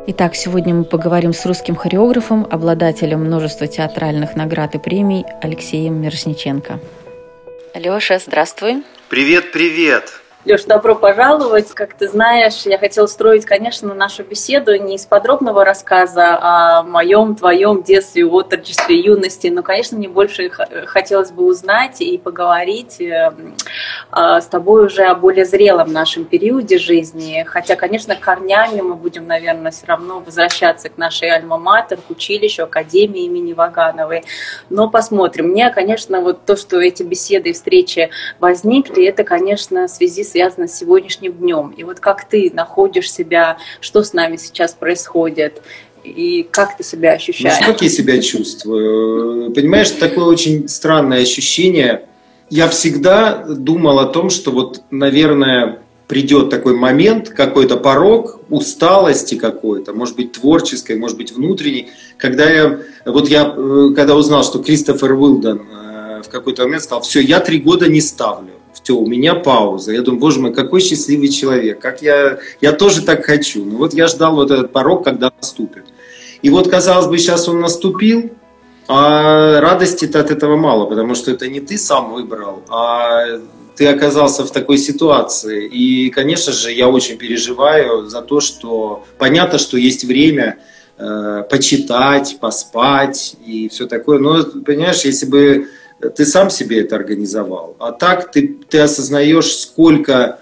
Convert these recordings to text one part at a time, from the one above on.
Итак, сегодня мы поговорим с русским хореографом, обладателем множества театральных наград и премий Алексеем Мирошниченко. Леша, здравствуй. Привет, привет. Леш, добро пожаловать. Как ты знаешь, я хотела строить, конечно, нашу беседу не из подробного рассказа о моем, твоем детстве, отрочестве, юности, но, конечно, мне больше хотелось бы узнать и поговорить с тобой уже о более зрелом нашем периоде жизни. Хотя, конечно, корнями мы будем, наверное, все равно возвращаться к нашей альма-матер, к училищу, академии имени Вагановой. Но посмотрим. Мне, конечно, вот то, что эти беседы и встречи возникли, это, конечно, в связи связано с сегодняшним днем. И вот как ты находишь себя, что с нами сейчас происходит, и как ты себя ощущаешь? Ну, как я себя чувствую? Понимаешь, такое очень странное ощущение. Я всегда думал о том, что вот, наверное, придет такой момент, какой-то порог усталости какой-то, может быть, творческой, может быть, внутренней, когда я когда узнал, что Кристофер Уилден в какой-то момент сказал: все, я 3 года не ставлю. Все, у меня пауза. Я думаю, боже мой, какой счастливый человек. Как я тоже так хочу. Ну вот я ждал вот этот порог, когда наступит. И вот, казалось бы, сейчас он наступил, а радости-то от этого мало, потому что это не ты сам выбрал, а ты оказался в такой ситуации. И, конечно же, я очень переживаю за то, что понятно, что есть время почитать, поспать и все такое. Но, понимаешь, если бы ты сам себе это организовал. А так ты осознаешь, сколько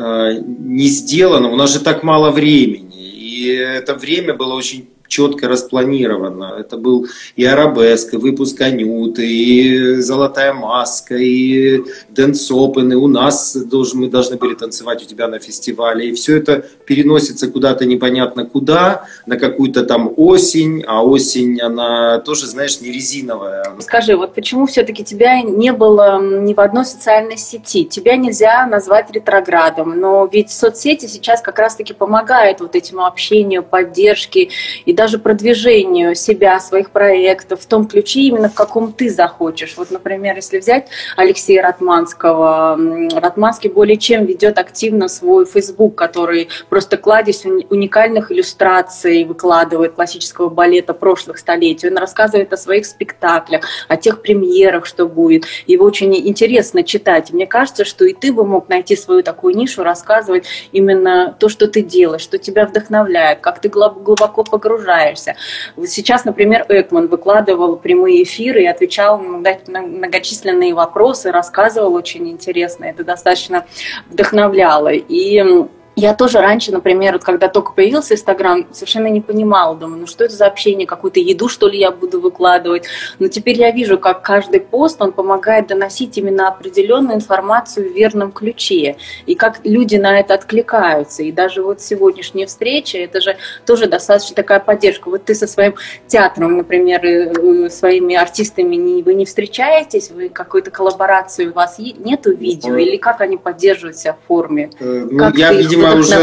не сделано. У нас же так мало времени. И это время было очень четко распланировано. Это был и арабеск, и выпуск Анюты, и золотая маска, и Dance Open, и у нас мы должны были танцевать у тебя на фестивале. И все это переносится куда-то непонятно куда, на какую-то там осень, а осень, она тоже, знаешь, не резиновая. Скажи, вот почему все-таки тебя не было ни в одной социальной сети? Тебя нельзя назвать ретроградом, но ведь соцсети сейчас как раз-таки помогают вот этому общению, поддержке и даже продвижению себя, своих проектов в том ключе, именно в каком ты захочешь. Вот, например, если взять Алексея Ратманского, Ратманский более чем ведет активно свой Facebook, который просто кладезь уникальных иллюстраций выкладывает классического балета прошлых столетий. Он рассказывает о своих спектаклях, о тех премьерах, что будет. Его очень интересно читать. Мне кажется, что и ты бы мог найти свою такую нишу, рассказывать именно то, что ты делаешь, что тебя вдохновляет, как ты глубоко погружаешься. Вот сейчас, например, Экман выкладывал прямые эфиры и отвечал на многочисленные вопросы, рассказывал очень интересно. Это достаточно вдохновляло. И я тоже раньше, например, вот когда только появился Инстаграм, совершенно не понимала, думаю, ну что это за общение, какую-то еду, что ли, я буду выкладывать. Но теперь я вижу, как каждый пост, он помогает доносить именно определенную информацию в верном ключе, и как люди на это откликаются. И даже вот сегодняшняя встреча, это же тоже достаточно такая поддержка. Вот ты со своим театром, например, и своими артистами, вы не встречаетесь, вы какой-то коллаборации у вас нету видео, или как они поддерживают себя в форме? Я, видимо, уже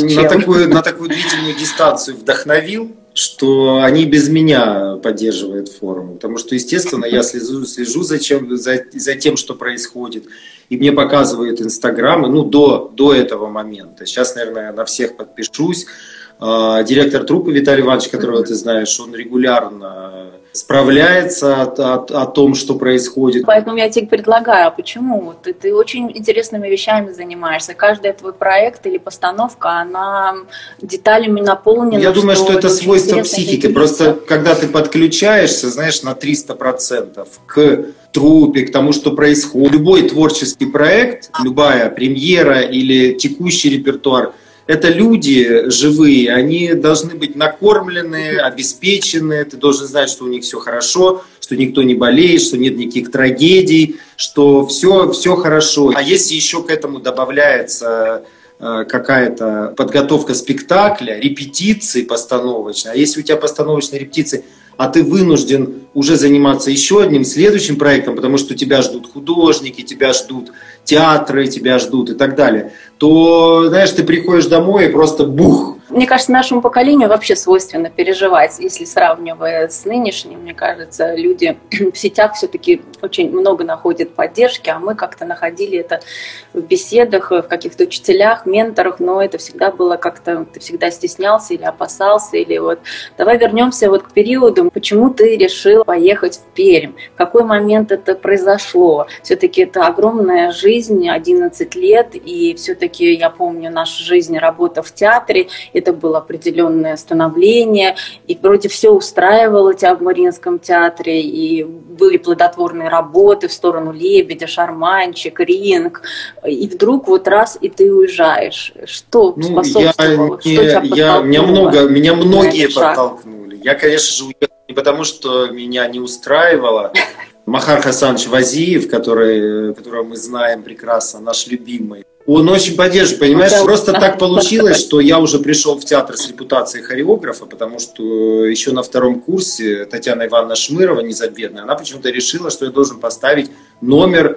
на такую длительную дистанцию вдохновил, что они без меня поддерживают форум. Потому что, естественно, я слежу за тем, что происходит. И мне показывают инстаграмы, до этого момента. Сейчас, наверное, на всех подпишусь. Директор труппы Виталий Иванович, которого ты знаешь, он регулярно справляется о том, что происходит. Поэтому я тебе предлагаю, а почему? Ты очень интересными вещами занимаешься. Каждый твой проект или постановка, она деталями наполнена. Я думаю, что это свойство психики. Просто когда ты подключаешься, знаешь, на 300% к труппе, к тому, что происходит. Любой творческий проект, любая премьера или текущий репертуар, это люди живые, они должны быть накормлены, обеспечены, ты должен знать, что у них все хорошо, что никто не болеет, что нет никаких трагедий, что все хорошо. А если еще к этому добавляется какая-то подготовка спектакля, репетиции постановочные, а если у тебя постановочные репетиции, а ты вынужден уже заниматься еще одним следующим проектом, потому что тебя ждут художники, тебя ждут театры, тебя ждут и так далее, то, знаешь, ты приходишь домой и просто бух, Мне кажется, нашему поколению вообще свойственно переживать, если сравнивая с нынешним. Мне кажется, люди в сетях все-таки очень много находят поддержки, а мы как-то находили это в беседах, в каких-то учителях, менторах, но это всегда было как-то, ты всегда стеснялся или опасался, или вот. Давай вернемся вот к периоду, почему ты решил поехать в Пермь, в какой момент это произошло. Все-таки это огромная жизнь, 11 лет, и все-таки я помню нашу жизнь, работа в театре, это было определенное становление, и вроде все устраивало тебя в Мариинском театре, и были плодотворные работы в сторону «Лебедя», «Шарманщик», «Ринг», и вдруг вот раз, и ты уезжаешь. Что способствовало? Что тебя подтолкнуло? Меня многие подтолкнули. Я, конечно же, уехал не потому, что меня не устраивало. Махар Хасанович Вазиев, которого мы знаем прекрасно, наш любимый, он очень поддерживает, понимаешь, просто так получилось, что я уже пришел в театр с репутацией хореографа, потому что еще на 2-м курсе Татьяна Ивановна Шмырова, незабвенная, она почему-то решила, что я должен поставить номер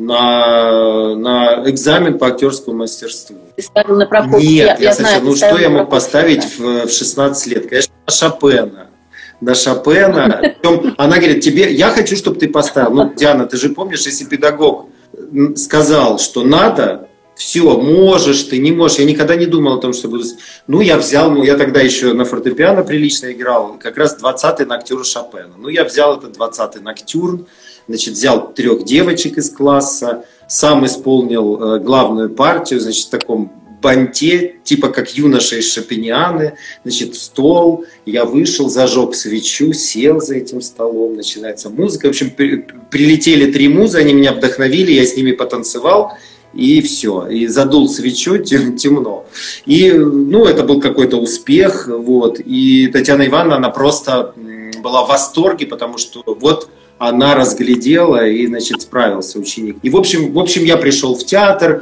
на экзамен по актерскому мастерству. Ты ставил на Прокофьева? Нет, я знаю, что я мог поставить в 16 лет? Конечно, Шопена. На Шопена. Она говорит, я хочу, чтобы ты поставил. Ну, Диана, ты же помнишь, если педагог сказал, что надо, все, можешь, ты не можешь. Я никогда не думал о том, что буду... Ну, я взял, я тогда еще на фортепиано прилично играл, как раз 20-й ноктюрн Шопена. Ну, я взял этот 20-й ноктюрн, значит, взял 3 девочек из класса, сам исполнил главную партию, значит, в таком банте, типа как юноша из Шопенианы, значит, в стол, я вышел, зажег свечу, сел за этим столом, начинается музыка. В общем, прилетели 3 музы, они меня вдохновили, я с ними потанцевал, и все, и задул свечу, темно. И, ну, это был какой-то успех, вот, и Татьяна Ивановна, она просто была в восторге, потому что вот она разглядела и, значит, справился ученик. И, в общем, я пришел в театр,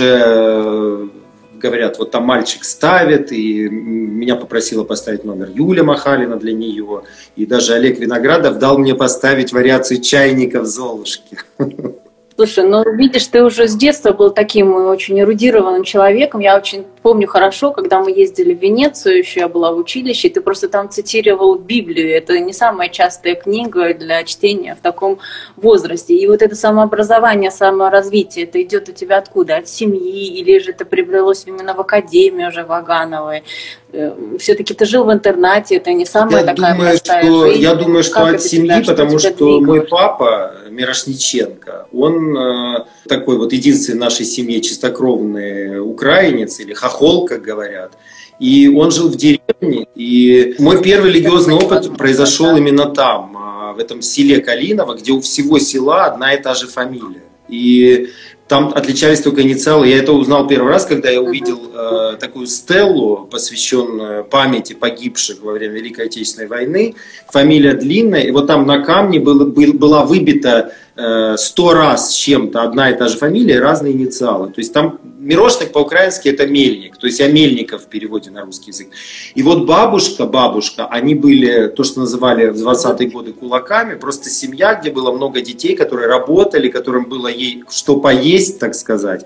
уже... Говорят, вот там мальчик ставит, и меня попросила поставить номер Юля Махалина для нее, и даже Олег Виноградов дал мне поставить вариацию чайника в «Золушке». Слушай, ну видишь, ты уже с детства был таким очень эрудированным человеком. Я очень помню хорошо, когда мы ездили в Венецию, еще я была в училище, и ты просто там цитировал Библию. Это не самая частая книга для чтения в таком возрасте. И вот это самообразование, саморазвитие, это идет у тебя откуда? От семьи? Или же это приобрелось именно в академии уже Вагановой? Все-таки ты жил в интернате, это не самая такая простая жизнь. Я думаю, что от семьи, потому что мой папа, Мирошниченко, он такой вот единственный в нашей семье чистокровный украинец, или хохол, как говорят. И он жил в деревне, и мой первый религиозный опыт произошел именно там, в этом селе Калиново, где у всего села одна и та же фамилия. И там отличались только инициалы. Я это узнал первый раз, когда я увидел такую стеллу, посвященную памяти погибших во время Великой Отечественной войны. Фамилия длинная, и вот там на камне была выбита 100 раз с чем-то одна и та же фамилия, разные инициалы. То есть там Мирошник по-украински это Мельник, то есть я Мельников в переводе на русский язык. И вот бабушка, они были то, что называли в 20-е годы кулаками, просто семья, где было много детей, которые работали, которым было ей что поесть, так сказать.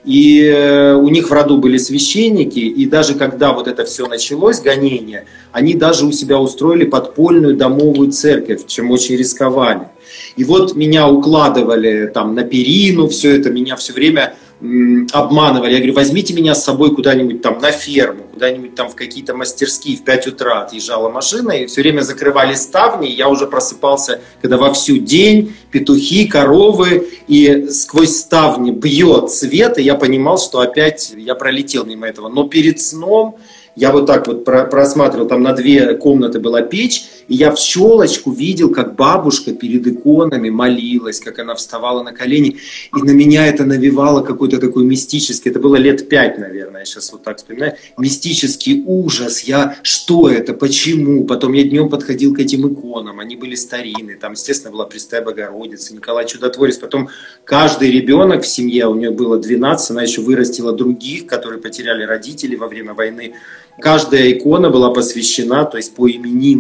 И у них в роду были священники, и даже когда вот это все началось, гонение, они даже у себя устроили подпольную домовую церковь, чем очень рисковали. И вот меня укладывали там на перину, все это, меня все время обманывали. Я говорю, возьмите меня с собой куда-нибудь там на ферму, куда-нибудь там в какие-то мастерские. В 5 утра отъезжала машина, и все время закрывали ставни, и я уже просыпался, когда вовсю день, петухи, коровы, и сквозь ставни бьет свет, и я понимал, что опять я пролетел мимо этого. Но перед сном я вот так вот просматривал, там на 2 комнаты была печь, и я в щелочку видел, как бабушка перед иконами молилась, как она вставала на колени, и на меня это навевало какой-то такой мистический, это было лет 5, наверное, я сейчас вот так вспоминаю, мистический ужас, что это, почему, потом я днем подходил к этим иконам, они были старинные, там, естественно, была Пресвятая Богородица, Николай Чудотворец, потом каждый ребенок в семье, у нее было 12, она еще вырастила других, которые потеряли родителей во время войны. Каждая икона была посвящена, то есть по именинам.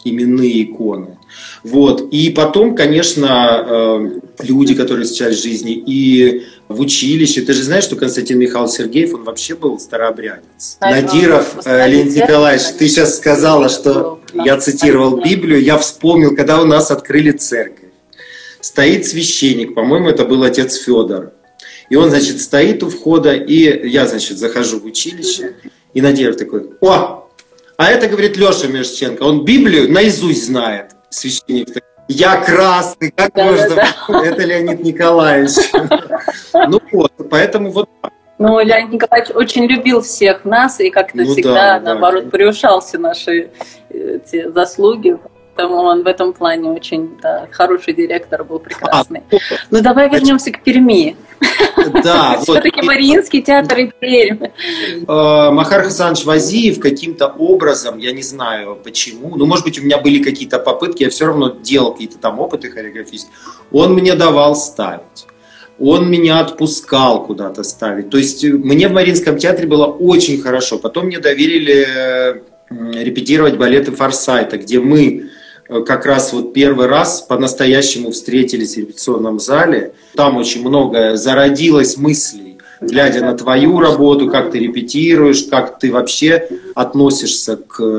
именные иконы. Вот. И потом, конечно, люди, которые встречались в жизни, и в училище. Ты же знаешь, что Константин Михайлович Сергеев, он вообще был старообрядец. Надиров Леонид Николаевич, ты сейчас сказала, что я цитировал Библию, я вспомнил, когда у нас открыли церковь. Стоит священник, по-моему, это был отец Федор. И он, значит, стоит у входа, и я, значит, захожу в училище, и Надиров такой: о, а это, говорит, Леша Мирошниченко, он Библию наизусть знает. Священник такой: я красный, как можно? Это Леонид Николаевич. Ну вот, поэтому вот. Ну, Леонид Николаевич очень любил всех нас, и как-то всегда, наоборот, превышал все наши эти заслуги. Поэтому он в этом плане очень хороший директор был, прекрасный. Ну, давай вернемся к Перми. Да, все-таки Мариинский театр и Пермь. Махар Хасанович Вазиев каким-то образом, я не знаю почему, но, может быть, у меня были какие-то попытки, я все равно делал какие-то там опыты хореографические, он мне давал ставить. Он меня отпускал куда-то ставить. То есть мне в Мариинском театре было очень хорошо. Потом мне доверили репетировать балеты Форсайта, где мы как раз вот первый раз по-настоящему встретились в репетиционном зале. Там очень много зародилось мыслей, глядя на твою работу, как ты репетируешь, как ты вообще относишься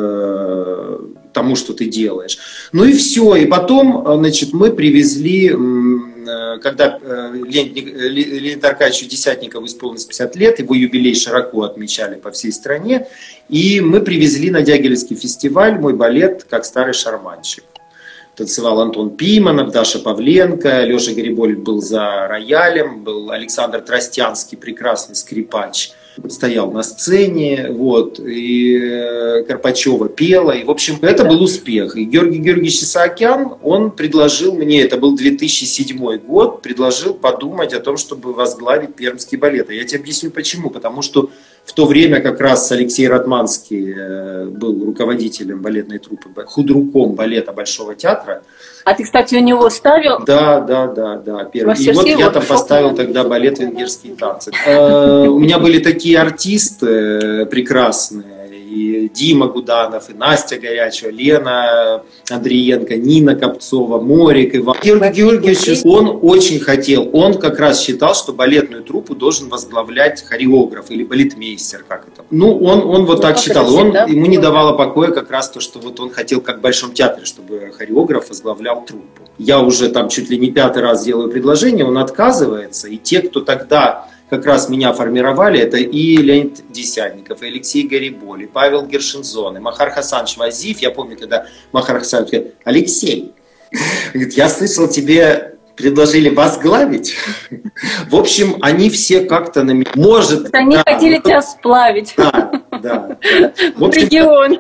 к тому, что ты делаешь. Ну и все. И потом, значит, мы привезли, когда Леониду Аркадьевичу Десятникову исполнилось 50 лет, его юбилей широко отмечали по всей стране, и мы привезли на Дягилевский фестиваль мой балет «Как старый шарманщик». Танцевал Антон Пиманов, Даша Павленко, Леша Гриболь был за роялем, был Александр Тростянский, прекрасный скрипач, стоял на сцене, вот, и Карпачева пела, и, в общем, это был успех. И Георгий Георгиевич Исаакян, он предложил мне, это был 2007 год, предложил подумать о том, чтобы возглавить пермский балет. Я тебе объясню почему. Потому что в то время как раз Алексей Ратманский был руководителем балетной труппы, худруком балета Большого театра. А ты, кстати, у него ставил? Да. Первый. И вот я там поставил тогда балет «Венгерские танцы». У меня были такие артисты прекрасные. И Дима Гуданов, и Настя Горячева, Лена Андриенко, Нина Копцова, Морик, Иван. Георгий Георгиевич, он очень хотел, он как раз считал, что балетную труппу должен возглавлять хореограф или балетмейстер, как это. Ну, он вот так считал. Ему не давало покоя как раз то, что вот он хотел, как в Большом театре, чтобы хореограф возглавлял труппу. Я уже там чуть ли не 5-й раз делаю предложение, он отказывается, и те, кто тогда как раз меня формировали, это и Леонид Десятников, и Алексей Гариболь, и Павел Гершинзон, и Махар Хасанович Вазиев. Я помню, когда Махар Хасанович говорит: Алексей, я слышал, тебе предложили возглавить. В общем, они все как-то на меня... Может, они хотели тебя сплавить. Да. В регион.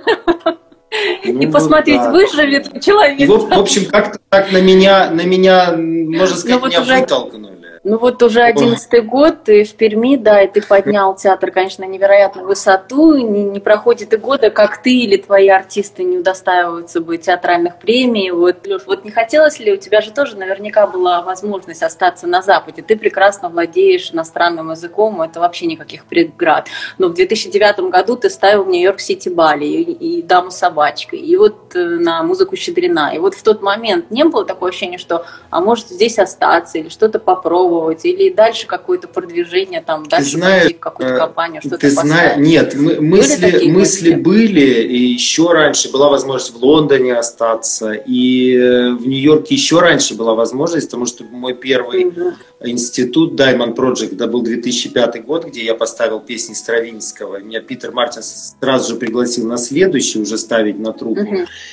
И посмотреть, выживет человек. В общем, как-то так на меня, можно сказать, меня вытолкнули. Ну вот уже 11-й год, ты в Перми, да, и ты поднял театр, конечно, на невероятную высоту. Не проходит и года, как ты или твои артисты не удостаиваются бы театральных премий. Вот, Лёш, вот не хотелось ли, у тебя же тоже наверняка была возможность остаться на Западе. Ты прекрасно владеешь иностранным языком, это вообще никаких преград. Но в 2009 году ты ставил в Нью-Йорк-Сити Балли и «Даму с собачкой», и вот на музыку Щедрина. И вот в тот момент не было такого ощущения, что, а может, здесь остаться или что-то попробовать, или дальше какое-то продвижение, там, дальше пойти в какую-то компанию, что-то поставить? Нет, мысли были, и еще раньше была возможность в Лондоне остаться, и в Нью-Йорке еще раньше была возможность, потому что мой первый институт Diamond Project, это был 2005 год, где я поставил песни Стравинского. Меня Питер Мартин сразу же пригласил на следующий уже ставить на трубу.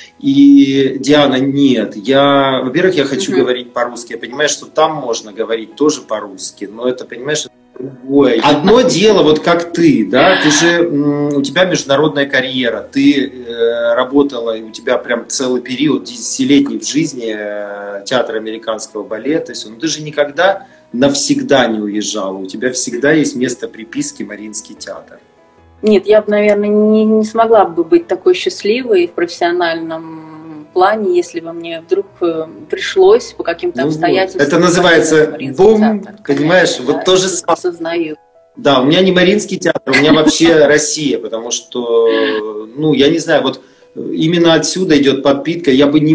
И Диана, нет, во-первых, я хочу говорить по-русски. Я понимаю, что там можно говорить тоже по-русски, но это, понимаешь, другое. Одно дело, вот как ты, да, ты же, у тебя международная карьера, ты работала, и у тебя прям целый период, 10-летний в жизни театра американского балета, но ты же никогда навсегда не уезжала, у тебя всегда есть место приписки Мариинский театр. Нет, я бы, наверное, не смогла бы быть такой счастливой в профессиональном плане, если бы мне вдруг пришлось по каким-то обстоятельствам... Это называется бум, понимаешь, вот то же самое. Осознаю. Да, у меня не Мариинский театр, у меня вообще Россия, потому что, я не знаю, вот именно отсюда идет подпитка. Я в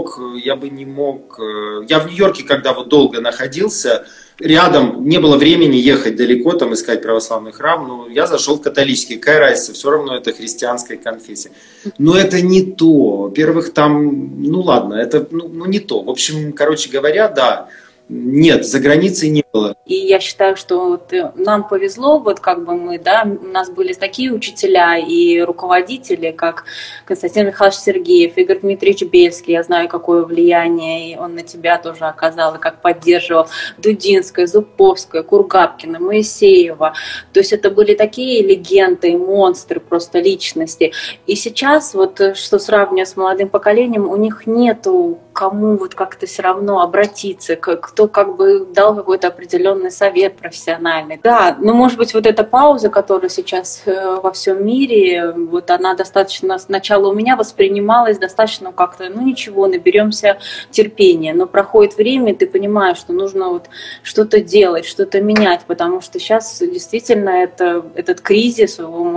Нью-Йорке, когда вот долго находился, рядом не было времени ехать далеко, там искать православный храм, но я зашел в католический, какая разница, все равно это христианская конфессия. Но это не то. Во-первых, там, это не то. В общем, короче говоря, да, нет, за границей не было. И я считаю, что вот нам повезло, вот как бы мы, да, у нас были такие учителя и руководители, как Константин Михайлович Сергеев, Игорь Дмитриевич Бельский, я знаю, какое влияние он на тебя тоже оказал, и как поддерживал, Дудинская, Зубковская, Кургапкина, Моисеева. То есть это были такие легенды, монстры, просто личности. И сейчас, вот что сравниваю с молодым поколением, у них нету кому вот как-то все равно обратиться, кто как бы дал какой-то определенный совет профессиональный. Да, может быть, вот эта пауза, которая сейчас во всем мире, вот она достаточно, сначала у меня воспринималась достаточно как-то, ничего, наберемся терпения, но проходит время, и ты понимаешь, что нужно вот что-то делать, что-то менять, потому что сейчас действительно этот кризис,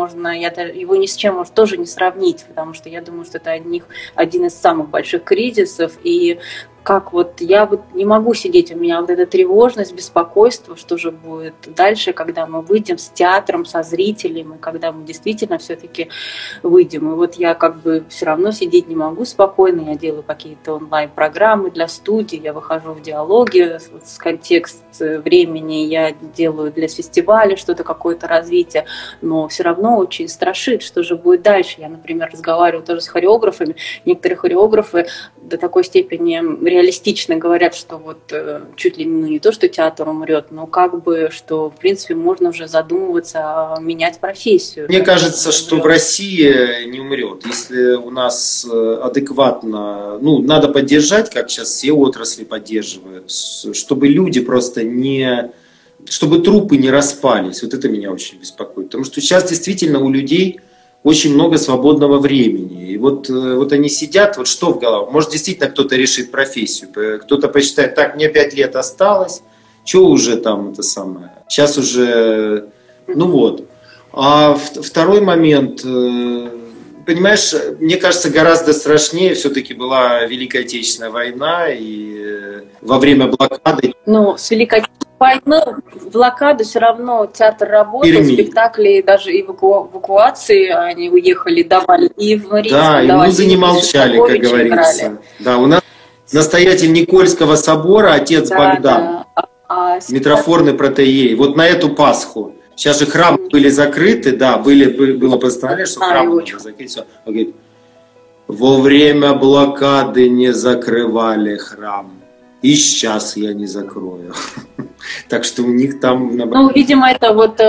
его ни с чем может тоже не сравнить, потому что я думаю, что это один из самых больших кризисов. И как я не могу сидеть, у меня вот эта тревожность, беспокойство, что же будет дальше, когда мы выйдем с театром, со зрителями, когда мы действительно все-таки выйдем. И вот я как бы все равно сидеть не могу спокойно, я делаю какие-то онлайн-программы для студий, я выхожу в диалоги с контекст времени, я делаю для фестиваля что-то, какое-то развитие, но все равно очень страшит, что же будет дальше. Я, например, разговариваю тоже с хореографами, некоторые хореографы до такой степени реалистично говорят, что вот чуть ли не то, что театр умрет, но как бы, что в принципе можно уже задумываться, менять профессию. Мне кажется, что в России не умрет, если у нас адекватно, надо поддержать, как сейчас все отрасли поддерживают, чтобы люди просто чтобы трупы не распались. Вот это меня очень беспокоит, потому что сейчас действительно у людей очень много свободного времени. И вот они сидят, вот что в голове? Может, действительно кто-то решит профессию, кто-то посчитает, так, мне 5 лет осталось, что уже там это самое. Сейчас уже, А второй момент, понимаешь, мне кажется, гораздо страшнее все-таки была Великая Отечественная война и во время блокады. С Великой Отечественной войны, блокаду все равно театр работал, спектакли, даже эвакуации, они уехали, давали, и в Мариинском давали. Да, и музы не молчали, как говорится. Играли. Да, у нас настоятель Никольского собора, отец Богдан, митрофорный протоиерей, вот на эту Пасху. Сейчас же храмы были закрыты, да, было постановление, что храмы нужно закрыть. Все. Он говорит, во время блокады не закрывали храм. И сейчас я не закрою. Так что у них там... видимо, это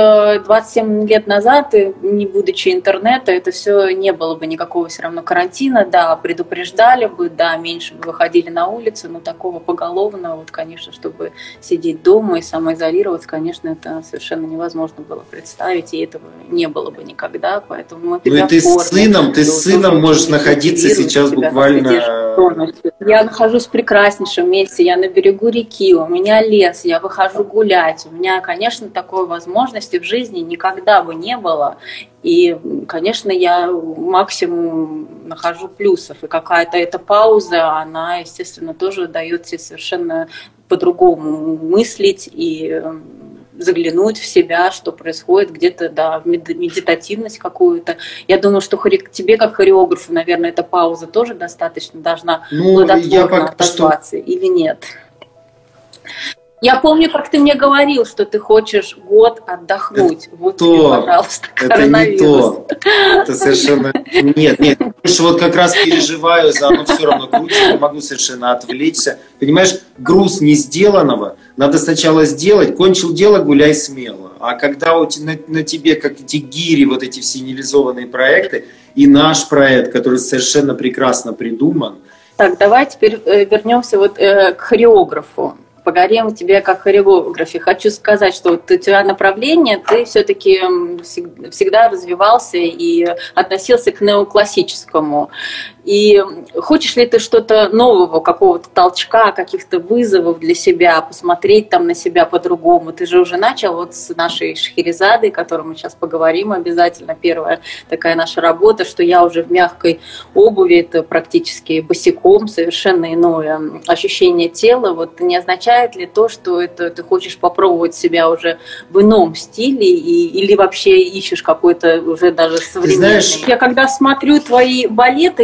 27 лет назад, не будучи интернета, это все не было бы никакого все равно карантина, да, предупреждали бы, да, меньше бы выходили на улицу, но такого поголовного, конечно, чтобы сидеть дома и самоизолироваться, конечно, это совершенно невозможно было представить, и этого не было бы никогда, поэтому мы и ты с сыном можешь находиться сейчас буквально... Я нахожусь в прекраснейшем месте, я на берегу реки, у меня лес, я выхожу гулять. У меня, конечно, такой возможности в жизни никогда бы не было. И, конечно, я максимум нахожу плюсов. И какая-то эта пауза, она, естественно, тоже дает тебе совершенно по-другому мыслить и заглянуть в себя, что происходит где-то, да, в медитативность какую-то. Я думаю, что тебе, как хореографу, наверное, эта пауза тоже достаточно должна плодотворно отозваться или нет? Я помню, как ты мне говорил, что ты хочешь год отдохнуть. Тебе, пожалуйста, коронавирус. Это не то. Это совершенно... Нет. Потому что вот как раз переживаю, оно все равно крутится, не могу совершенно отвлечься. Понимаешь, груз не сделанного надо сначала сделать. Кончил дело, гуляй смело. А когда на тебе, как эти гири, вот эти все нереализованные проекты, и наш проект, который совершенно прекрасно придуман. Так, давай теперь вернемся к хореографу. Поговорим о тебе как хореографе. Хочу сказать, что у тебя направление, ты все-таки всегда развивался и относился к неоклассическому. И хочешь ли ты что-то нового, какого-то толчка, каких-то вызовов для себя, посмотреть там на себя по-другому? Ты же уже начал вот с нашей Шахерезадой, о которой мы сейчас поговорим обязательно. Первая такая наша работа, что я уже в мягкой обуви, это практически босиком, совершенно иное ощущение тела. Вот не означает ли то, что это ты хочешь попробовать себя уже в ином стиле или вообще ищешь какой-то уже даже современный? Знаешь, я когда смотрю твои балеты,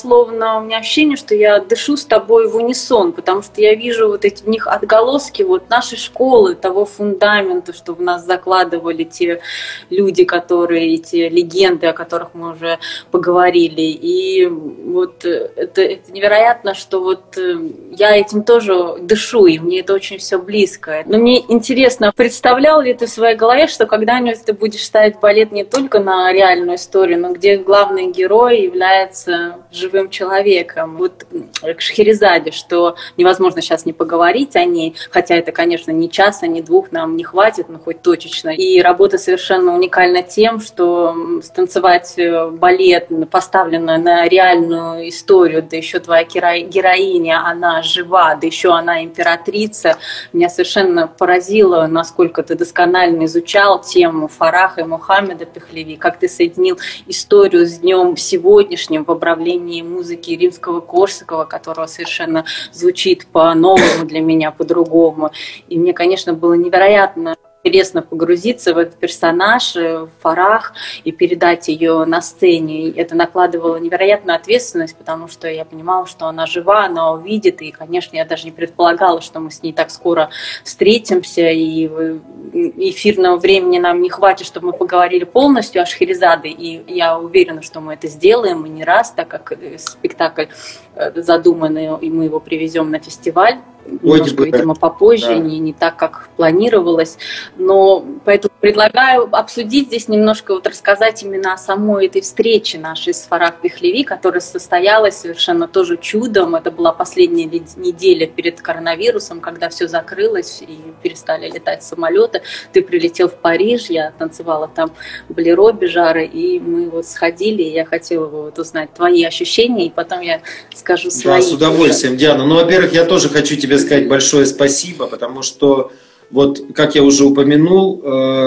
у меня ощущение, что я дышу с тобой в унисон, потому что я вижу вот эти в них отголоски вот нашей школы, того фундамента, что в нас закладывали те люди, эти легенды, о которых мы уже поговорили. И вот это невероятно, что вот я этим тоже дышу, и мне это очень все близко. Но мне интересно, представлял ли ты в своей голове, что когда-нибудь ты будешь ставить балет не только на реальную историю, но где главный герой является живым человеком. Вот к Шахерезаде, что невозможно сейчас не поговорить о ней, хотя это, конечно, ни часа, ни двух нам не хватит, но хоть точечно. И работа совершенно уникальна тем, что станцевать балет, поставленный на реальную историю, да еще твоя героиня, она жива, да еще она императрица, меня совершенно поразило, насколько ты досконально изучал тему Фараха и Мухаммеда Пехлеви, как ты соединил историю с днем сегодняшним в обравлении музыки Римского-Корсакова, которого совершенно звучит по-новому для меня, по-другому. И мне, конечно, было невероятно интересно погрузиться в этот персонаж, в Фарах, и передать ее на сцене. И это накладывало невероятную ответственность, потому что я понимала, что она жива, она увидит, и, конечно, я даже не предполагала, что мы с ней так скоро встретимся, и эфирного времени нам не хватит, чтобы мы поговорили полностью о Шахерезаде, и я уверена, что мы это сделаем, и не раз, так как спектакль задуманный, и мы его привезем на фестиваль. Немножко, видимо, попозже, да. не так, как планировалось. Но поэтому предлагаю обсудить здесь немножко, вот рассказать именно о самой этой встрече нашей с Фарах Пехлеви, которая состоялась совершенно тоже чудом. Это была последняя неделя перед коронавирусом, когда все закрылось и перестали летать самолеты. Ты прилетел в Париж, я танцевала там болеро Бежара, и мы вот сходили, и я хотела вот узнать твои ощущения, и потом я скажу свои. Да, с удовольствием, Диана. Ну, во-первых, я тоже хочу тебе сказать большое спасибо, потому что, вот, как я уже упомянул,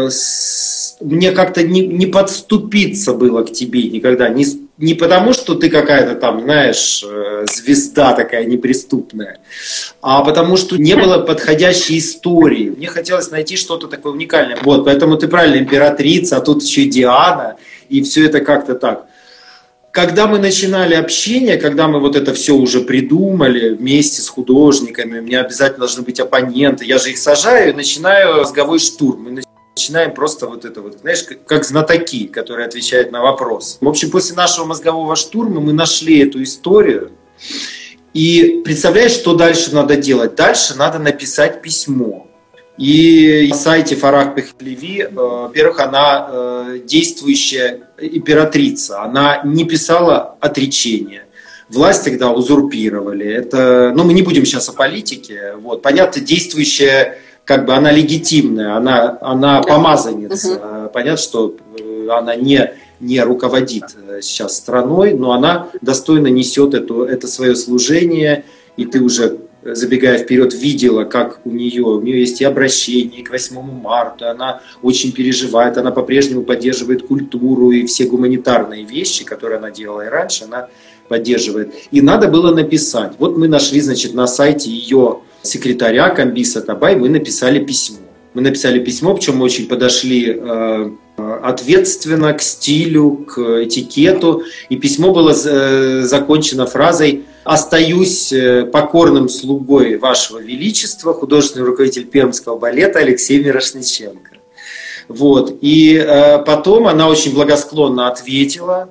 мне как-то не подступиться было к тебе никогда. Не потому, что ты какая-то там, знаешь, звезда такая неприступная, а потому что не было подходящей истории. Мне хотелось найти что-то такое уникальное. Вот, поэтому ты правильно, императрица, а тут еще и Диана, и все это как-то так. Когда мы начинали общение, когда мы вот это все уже придумали вместе с художниками, у меня обязательно должны быть оппоненты, я же их сажаю и начинаю мозговой штурм. Мы начинаем просто вот это вот, знаешь, как знатоки, которые отвечают на вопрос. В общем, после нашего мозгового штурма мы нашли эту историю. И представляешь, что дальше надо делать? Дальше надо написать письмо. И на сайте Фарах Пехлеви, во-первых, она действующая императрица, она не писала отречения. Власть тогда узурпировали. Это, мы не будем сейчас о политике. Вот. Понятно, действующая, как бы она легитимная, она помазанница. Понятно, что она не руководит сейчас страной, но она достойно несет это свое служение, и ты уже, забегая вперед, видела, как у нее есть и обращение к 8 марта, она очень переживает, она по-прежнему поддерживает культуру и все гуманитарные вещи, которые она делала и раньше, она поддерживает. И надо было написать. Вот мы нашли, значит, на сайте ее секретаря Камбиса Табай, мы написали письмо. Мы написали письмо, причем мы очень подошли ответственно к стилю, к этикету. И письмо было закончено фразой: «Остаюсь покорным слугой Вашего Величества, художественный руководитель Пермского балета Алексей Мирошниченко». Вот. И потом она очень благосклонно ответила.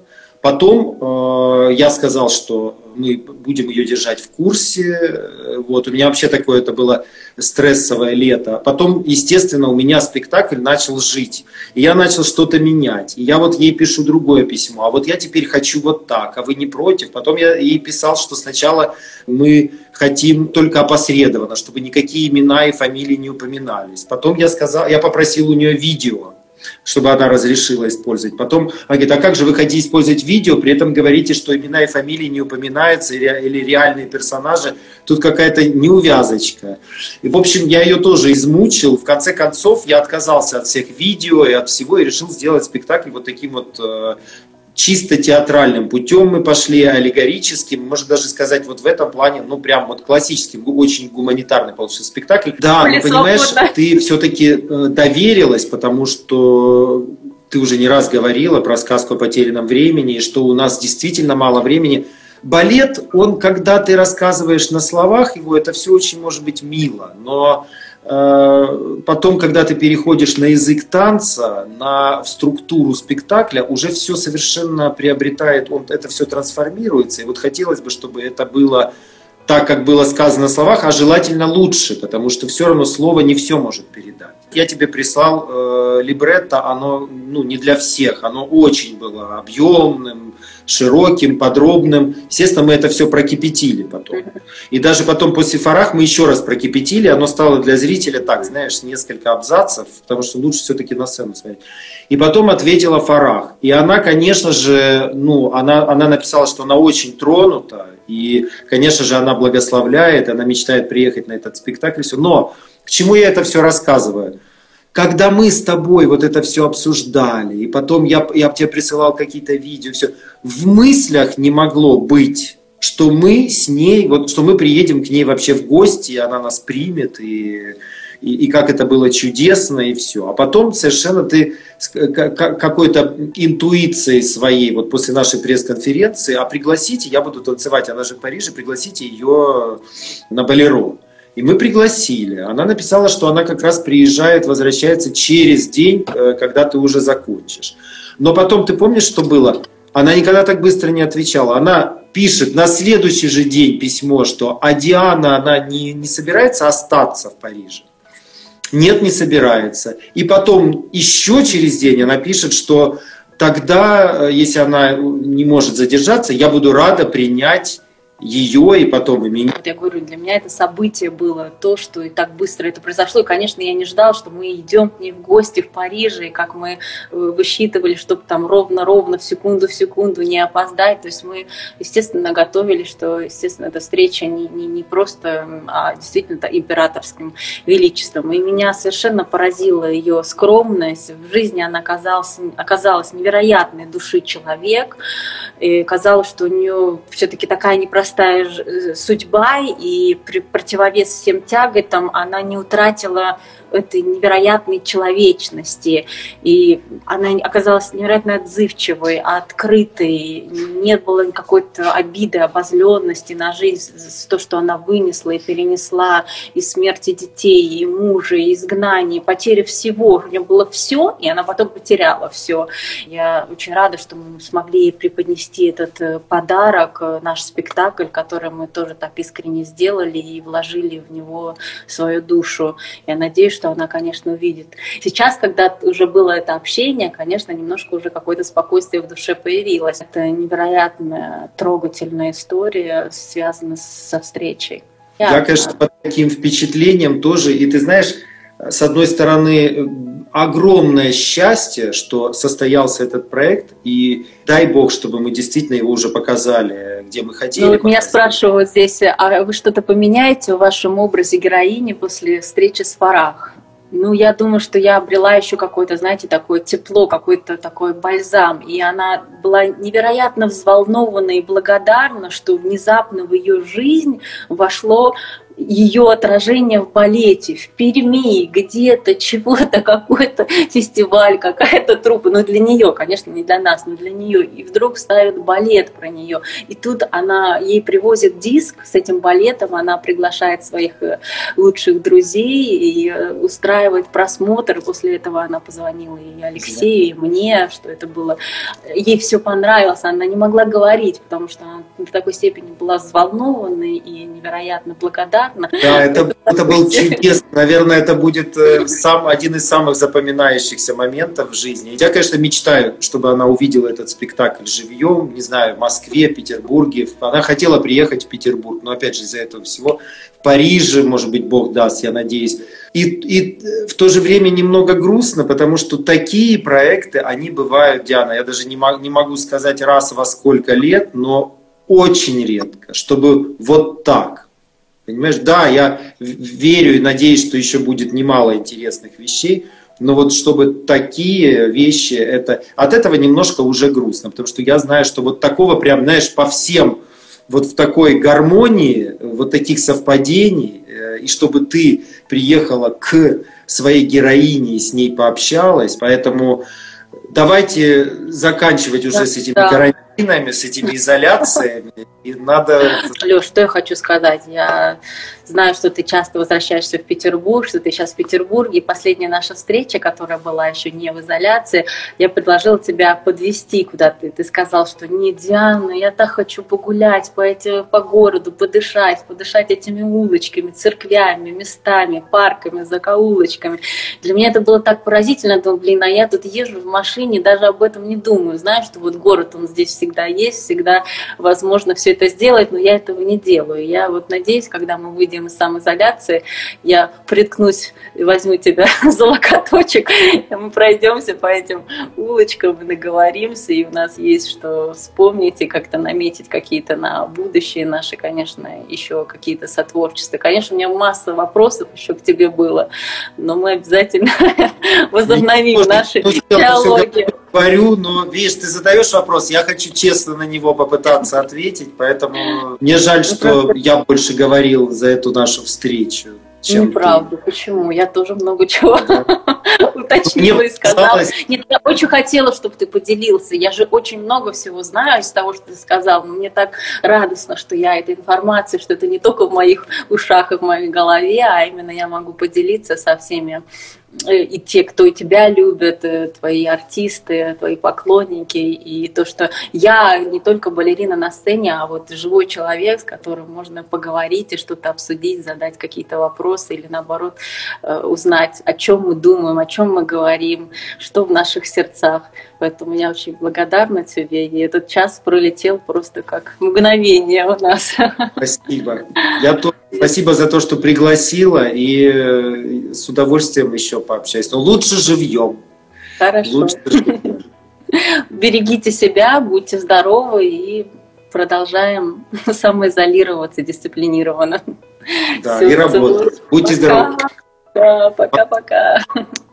Потом я сказал, что мы будем ее держать в курсе. Вот. У меня вообще такое это было стрессовое лето. Потом, естественно, у меня спектакль начал жить. И я начал что-то менять. И я вот ей пишу другое письмо. А вот я теперь хочу вот так. А вы не против? Потом я ей писал, что сначала мы хотим только опосредованно, чтобы никакие имена и фамилии не упоминались. Потом я попросил у нее видео. чтобы она разрешила использовать. Потом она говорит, а как же вы хотите использовать видео, при этом говорите, что имена и фамилии не упоминаются, или реальные персонажи, тут какая-то неувязочка. И, в общем, я ее тоже измучил. В конце концов, я отказался от всех видео и от всего, и решил сделать спектакль вот таким вот чисто театральным путем мы пошли, аллегорическим, можно даже сказать, вот в этом плане, ну, прям вот классическим, очень гуманитарный получился спектакль. Да, ну, понимаешь, ты все-таки доверилась, потому что ты уже не раз говорила про сказку о потерянном времени, что у нас действительно мало времени. Балет, он, когда ты рассказываешь на словах его, это все очень может быть мило, но потом, когда ты переходишь на язык танца, в структуру спектакля, уже все совершенно приобретает, это все трансформируется. И вот хотелось бы, чтобы это было так, как было сказано на словах, а желательно лучше, потому что все равно слово не все может передать. Я тебе прислал либретто, оно не для всех, оно очень было объемным, широким, подробным. Естественно, мы это все прокипятили потом. И даже потом после Фарах мы еще раз прокипятили, оно стало для зрителя так, знаешь, несколько абзацев, потому что лучше все-таки на сцену смотреть. И потом ответила Фарах. И она, конечно же, она написала, что она очень тронута, и, конечно же, она благословляет, она мечтает приехать на этот спектакль. Но к чему я это все рассказываю? Когда мы с тобой вот это все обсуждали, и потом я тебе присылал какие-то видео, все, в мыслях не могло быть, что мы с ней, вот, что мы приедем к ней вообще в гости, и она нас примет, и как это было чудесно, и все. А потом совершенно ты какой-то интуицией своей, вот после нашей пресс-конференции, а пригласите, я буду танцевать, она же в Париже, пригласите ее на Болеро. И мы пригласили. Она написала, что она как раз приезжает, возвращается через день, когда ты уже закончишь. Но потом, ты помнишь, что было? Она никогда так быстро не отвечала. Она пишет на следующий же день письмо, что Диана, она не собирается остаться в Париже. Нет, не собирается. И потом еще через день она пишет, что тогда, если она не может задержаться, я буду рада принять ее и потом и меня. Я говорю, для меня это событие было то, что и так быстро это произошло. И, конечно, я не ждала, что мы идем к ней в гости в Париже, и как мы высчитывали, чтобы там ровно в секунду не опоздать. То есть мы, естественно, готовили, что, естественно, эта встреча не просто, а действительно императорским величеством. И меня совершенно поразила ее скромность. В жизни она оказалась невероятной души человек. И казалось, что у нее все-таки такая непростая судьба, и при противовес всем тяготам она не утратила этой невероятной человечности. И она оказалась невероятно отзывчивой, открытой. Не было какой-то обиды, обозленности на жизнь, за то, что она вынесла и перенесла, и смерти детей, и мужа, и изгнания, и потери всего. У нее было все, и она потом потеряла все. Я очень рада, что мы смогли ей преподнести этот подарок, наш спектакль, который мы тоже так искренне сделали и вложили в него свою душу. Я надеюсь, что она, конечно, увидит. Сейчас, когда уже было это общение, конечно, немножко уже какое-то спокойствие в душе появилось. Это невероятная, трогательная история, связанная со встречей. Я, конечно, под таким впечатлением тоже. И ты знаешь, с одной стороны, огромное счастье, что состоялся этот проект, и дай бог, чтобы мы действительно его уже показали, где мы хотели. Вот меня спрашивают здесь, а вы что-то поменяете в вашем образе героини после встречи с Фарах? Я думаю, что я обрела еще какое-то, знаете, такое тепло, какой-то такой бальзам. И она была невероятно взволнована и благодарна, что внезапно в ее жизнь вошло ее отражение в балете, в Перми, где-то, чего-то, какой-то фестиваль, какая-то труппа. Для нее, конечно, не для нас, но для нее. И вдруг ставят балет про нее. И тут ей привозят диск с этим балетом, она приглашает своих лучших друзей и устраивает просмотр. После этого она позвонила и Алексею, и мне, что это было. Ей все понравилось, она не могла говорить, потому что она до такой степени была взволнована и невероятно благодарна. благодарна. Да, это был чудесный, наверное, это будет один из самых запоминающихся моментов в жизни. Я, конечно, мечтаю, чтобы она увидела этот спектакль живьем, не знаю, в Москве, Петербурге. Она хотела приехать в Петербург, но опять же из-за этого всего в Париже, может быть, Бог даст, я надеюсь. И в то же время немного грустно, потому что такие проекты, они бывают, Диана, я даже не могу сказать раз во сколько лет, но очень редко, чтобы вот так. Понимаешь, да, я верю и надеюсь, что еще будет немало интересных вещей, но вот чтобы такие вещи, от этого немножко уже грустно, потому что я знаю, что вот такого прям, знаешь, по всем, вот в такой гармонии, вот таких совпадений, и чтобы ты приехала к своей героине и с ней пообщалась, поэтому давайте заканчивать уже с этими карантинами, с этими изоляциями. И надо... Лёш, что я хочу сказать? Я знаю, что ты часто возвращаешься в Петербург, что ты сейчас в Петербурге. И последняя наша встреча, которая была еще не в изоляции, я предложила тебя подвезти куда-то. Ты сказал, что не, Диана, я так хочу погулять по городу, подышать этими улочками, церквями, местами, парками, закоулочками. Для меня это было так поразительно. Я думала, блин, а я тут езжу в машине, даже об этом не думаю. Знаю, что вот город, он здесь всегда есть, всегда возможно все это сделать, но я этого не делаю. Я вот надеюсь, когда мы выйдем из самоизоляции, я приткнусь и возьму тебя за локоточек, и мы пройдемся по этим улочкам, наговоримся, и у нас есть что вспомнить и как-то наметить какие-то на будущее наши, конечно, еще какие-то сотворчества. Конечно, у меня масса вопросов еще к тебе было, но мы обязательно возобновим наши диалоги. Говорю, но видишь, ты задаешь вопрос, я хочу честно на него попытаться ответить, поэтому мне жаль, что я больше говорил за эту нашу встречу, чем неправда, почему? Я тоже много чего уточнила и сказала. Нет, я очень хотела, чтобы ты поделился. Я же очень много всего знаю из того, что ты сказал. Но мне так радостно, что я этой информацией, что это не только в моих ушах и в моей голове, а именно я могу поделиться со всеми. И те, кто и тебя любят, твои артисты, твои поклонники, и то, что я не только балерина на сцене, а вот живой человек, с которым можно поговорить и что-то обсудить, задать какие-то вопросы или наоборот узнать, о чем мы думаем, о чем мы говорим, что в наших сердцах. Поэтому я очень благодарна тебе, и этот час пролетел просто как мгновение у нас. Спасибо. Спасибо за то, что пригласила, и с удовольствием еще пообщаюсь. Но лучше живьем. Хорошо. Берегите себя, будьте здоровы и продолжаем самоизолироваться дисциплинированно. Да, и работать. Будьте здоровы. Да, пока-пока.